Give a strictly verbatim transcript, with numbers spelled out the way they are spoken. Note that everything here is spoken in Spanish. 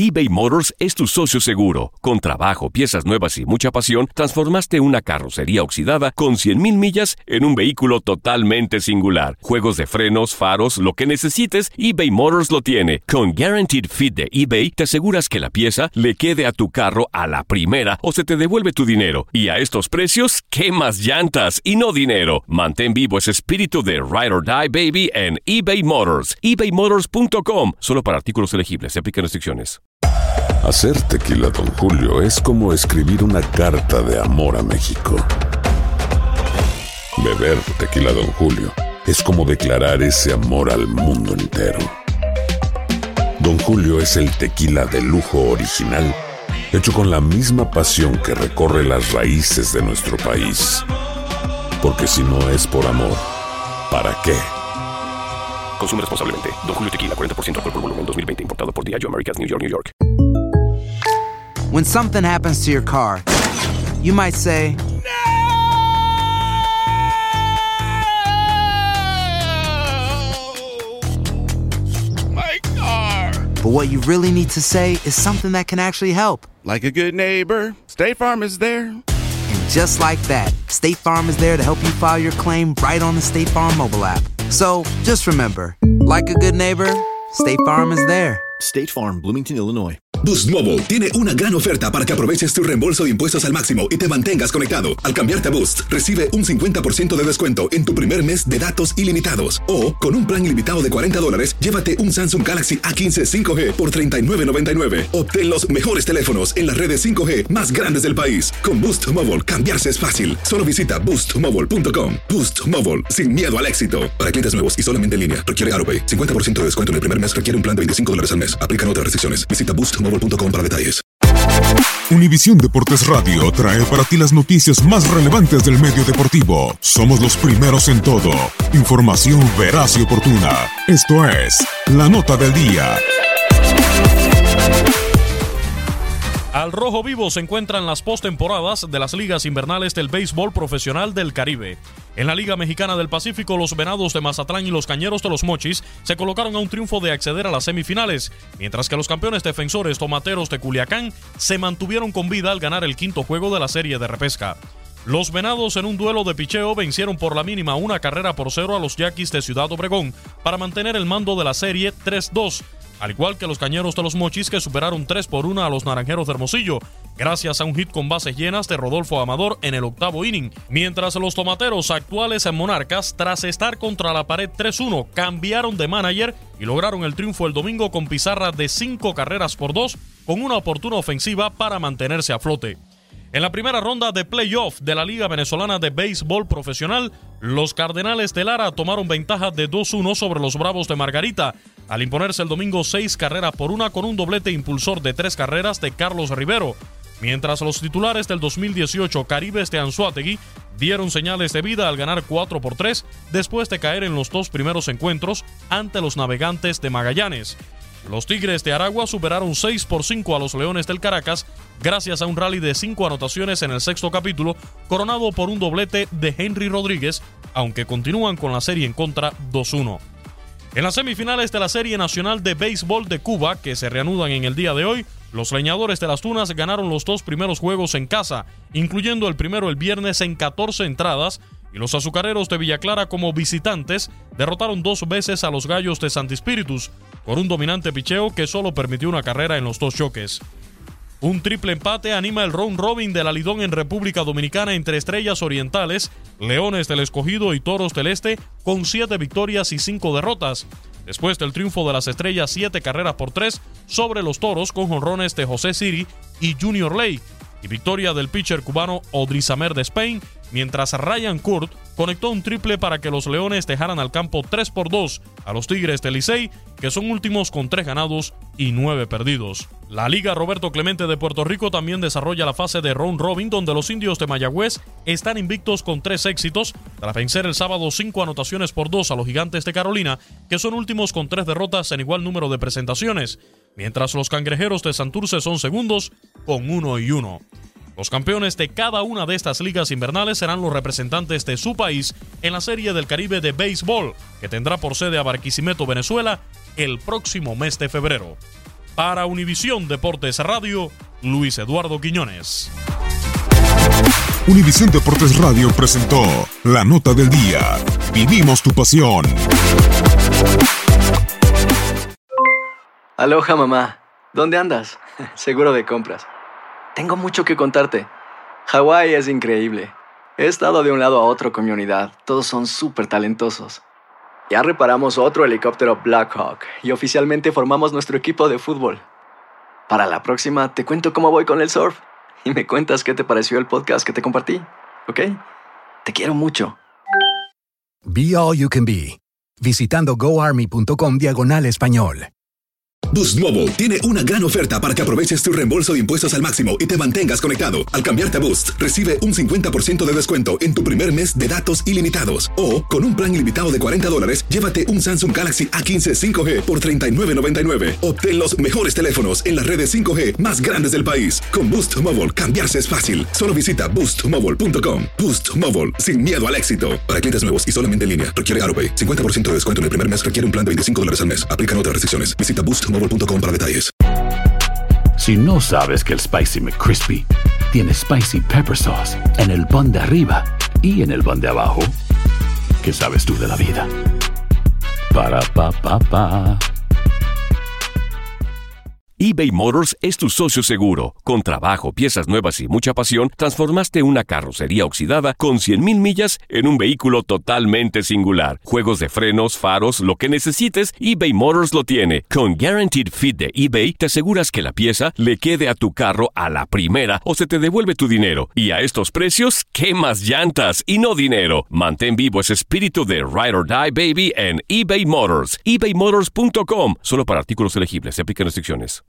eBay Motors es tu socio seguro. Con trabajo, piezas nuevas y mucha pasión, transformaste una carrocería oxidada con cien mil millas en un vehículo totalmente singular. Juegos de frenos, faros, lo que necesites, eBay Motors lo tiene. Con Guaranteed Fit de eBay, te aseguras que la pieza le quede a tu carro a la primera o se te devuelve tu dinero. Y a estos precios, ¿qué más llantas y no dinero? Mantén vivo ese espíritu de Ride or Die, baby, en eBay Motors. ebay motors punto com. Solo para artículos elegibles. Se aplican restricciones. Hacer tequila Don Julio es como escribir una carta de amor a México. Beber tequila Don Julio es como declarar ese amor al mundo entero. Don Julio es el tequila de lujo original, hecho con la misma pasión que recorre las raíces de nuestro país. Porque si no es por amor, ¿para qué? Consume responsablemente. Don Julio Tequila, cuarenta por ciento alcohol por volumen, dos mil veinte, importado por Diageo Americas, New York, New York. When something happens to your car, you might say, My car! But what you really need to say is something that can actually help. Like a good neighbor, State Farm is there. And just like that, State Farm is there to help you file your claim right on the State Farm mobile app. So, just remember, like a good neighbor, State Farm is there. State Farm, Bloomington, Illinois. Boost Mobile tiene una gran oferta para que aproveches tu reembolso de impuestos al máximo y te mantengas conectado. Al cambiarte a Boost, recibe un cincuenta por ciento de descuento en tu primer mes de datos ilimitados. O, con un plan ilimitado de cuarenta dólares, llévate un Samsung Galaxy A quince cinco G por treinta y nueve noventa y nueve. Obtén los mejores teléfonos en las redes cinco G más grandes del país. Con Boost Mobile, cambiarse es fácil. Solo visita boost mobile punto com. Boost Mobile, sin miedo al éxito. Para clientes nuevos y solamente en línea, requiere AutoPay. cincuenta por ciento de descuento en el primer mes, requiere un plan de veinticinco dólares al mes. Aplican otras restricciones. Visita boost mobile punto com para detalles. Univisión Deportes Radio trae para ti las noticias más relevantes del medio deportivo. Somos los primeros en todo. Información veraz y oportuna. Esto es La Nota del Día. Al rojo vivo se encuentran las postemporadas de las ligas invernales del béisbol profesional del Caribe. En la Liga Mexicana del Pacífico, los Venados de Mazatlán y los Cañeros de los Mochis se colocaron a un triunfo de acceder a las semifinales, mientras que los campeones defensores Tomateros de Culiacán se mantuvieron con vida al ganar el quinto juego de la serie de repesca. Los Venados, en un duelo de picheo, vencieron por la mínima una carrera por cero a los Yaquis de Ciudad Obregón para mantener el mando de la serie tres dos, al igual que los Cañeros de los Mochis, que superaron tres por uno a los Naranjeros de Hermosillo, gracias a un hit con bases llenas de Rodolfo Amador en el octavo inning, mientras los Tomateros, actuales en Monarcas, tras estar contra la pared tres uno, cambiaron de manager y lograron el triunfo el domingo con pizarra de cinco carreras por dos, con una oportuna ofensiva para mantenerse a flote. En la primera ronda de playoff de la Liga Venezolana de Béisbol Profesional, los Cardenales de Lara tomaron ventaja de dos uno sobre los Bravos de Margarita, al imponerse el domingo seis carreras por una con un doblete impulsor de tres carreras de Carlos Rivero, mientras los titulares del dos mil dieciocho Caribes de Anzoátegui dieron señales de vida al ganar cuatro por tres después de caer en los dos primeros encuentros ante los Navegantes de Magallanes. Los Tigres de Aragua superaron seis por cinco a los Leones del Caracas gracias a un rally de cinco anotaciones en el sexto capítulo, coronado por un doblete de Henry Rodríguez, aunque continúan con la serie en contra dos uno. En las semifinales de la Serie Nacional de Béisbol de Cuba, que se reanudan en el día de hoy, los Leñadores de las Tunas ganaron los dos primeros juegos en casa, incluyendo el primero el viernes en catorce entradas, y los Azucareros de Villa Clara, como visitantes, derrotaron dos veces a los Gallos de Santi Spíritus, con un dominante picheo que solo permitió una carrera en los dos choques. Un triple empate anima el round robin de la Lidón en República Dominicana entre Estrellas Orientales, Leones del Escogido y Toros del Este, con siete victorias y cinco derrotas, después del triunfo de las Estrellas siete carreras por tres sobre los Toros con jonrones de José Siri y Junior Lake, y victoria del pitcher cubano Odrizamer de Spain, mientras Ryan Kurt conectó un triple para que los Leones dejaran al campo tres por dos a los Tigres del Licey, que son últimos con tres ganados y nueve perdidos. La Liga Roberto Clemente de Puerto Rico también desarrolla la fase de round robin, donde los Indios de Mayagüez están invictos con tres éxitos tras vencer el sábado cinco anotaciones por dos a los Gigantes de Carolina, que son últimos con tres derrotas en igual número de presentaciones, mientras los Cangrejeros de Santurce son segundos con uno y uno. Los campeones de cada una de estas ligas invernales serán los representantes de su país en la Serie del Caribe de Béisbol, que tendrá por sede a Barquisimeto, Venezuela, el próximo mes de febrero. Para Univisión Deportes Radio, Luis Eduardo Quiñones. Univisión Deportes Radio presentó la nota del día. Vivimos tu pasión. Aloha, mamá. ¿Dónde andas? Seguro de compras. Tengo mucho que contarte. Hawái es increíble. He estado de un lado a otro con mi unidad. Todos son súper talentosos. Ya reparamos otro helicóptero Blackhawk y oficialmente formamos nuestro equipo de fútbol. Para la próxima te cuento cómo voy con el surf y me cuentas qué te pareció el podcast que te compartí, ¿ok? Te quiero mucho. Be All You Can Be, visitando goarmy.com diagonal español. Boost Mobile tiene una gran oferta para que aproveches tu reembolso de impuestos al máximo y te mantengas conectado. Al cambiarte a Boost, recibe un cincuenta por ciento de descuento en tu primer mes de datos ilimitados. O, con un plan ilimitado de cuarenta dólares, llévate un Samsung Galaxy A quince cinco G por treinta y nueve noventa y nueve. Obtén los mejores teléfonos en las redes cinco G más grandes del país. Con Boost Mobile, cambiarse es fácil. Solo visita boost mobile punto com. Boost Mobile, sin miedo al éxito. Para clientes nuevos y solamente en línea, requiere AutoPay. cincuenta por ciento de descuento en el primer mes requiere un plan de veinticinco dólares al mes. Aplican otras restricciones. Visita boost mobile punto com para detalles. Si no sabes que el Spicy McCrispy tiene Spicy Pepper Sauce en el pan de arriba y en el pan de abajo, ¿qué sabes tú de la vida? Para, pa, pa, pa. eBay Motors es tu socio seguro. Con trabajo, piezas nuevas y mucha pasión, transformaste una carrocería oxidada con cien mil millas en un vehículo totalmente singular. Juegos de frenos, faros, lo que necesites, eBay Motors lo tiene. Con Guaranteed Fit de eBay, te aseguras que la pieza le quede a tu carro a la primera o se te devuelve tu dinero. Y a estos precios, ¿qué más llantas y no dinero? Mantén vivo ese espíritu de Ride or Die, baby, en eBay Motors. ebay motors punto com. Solo para artículos elegibles. Se aplican restricciones.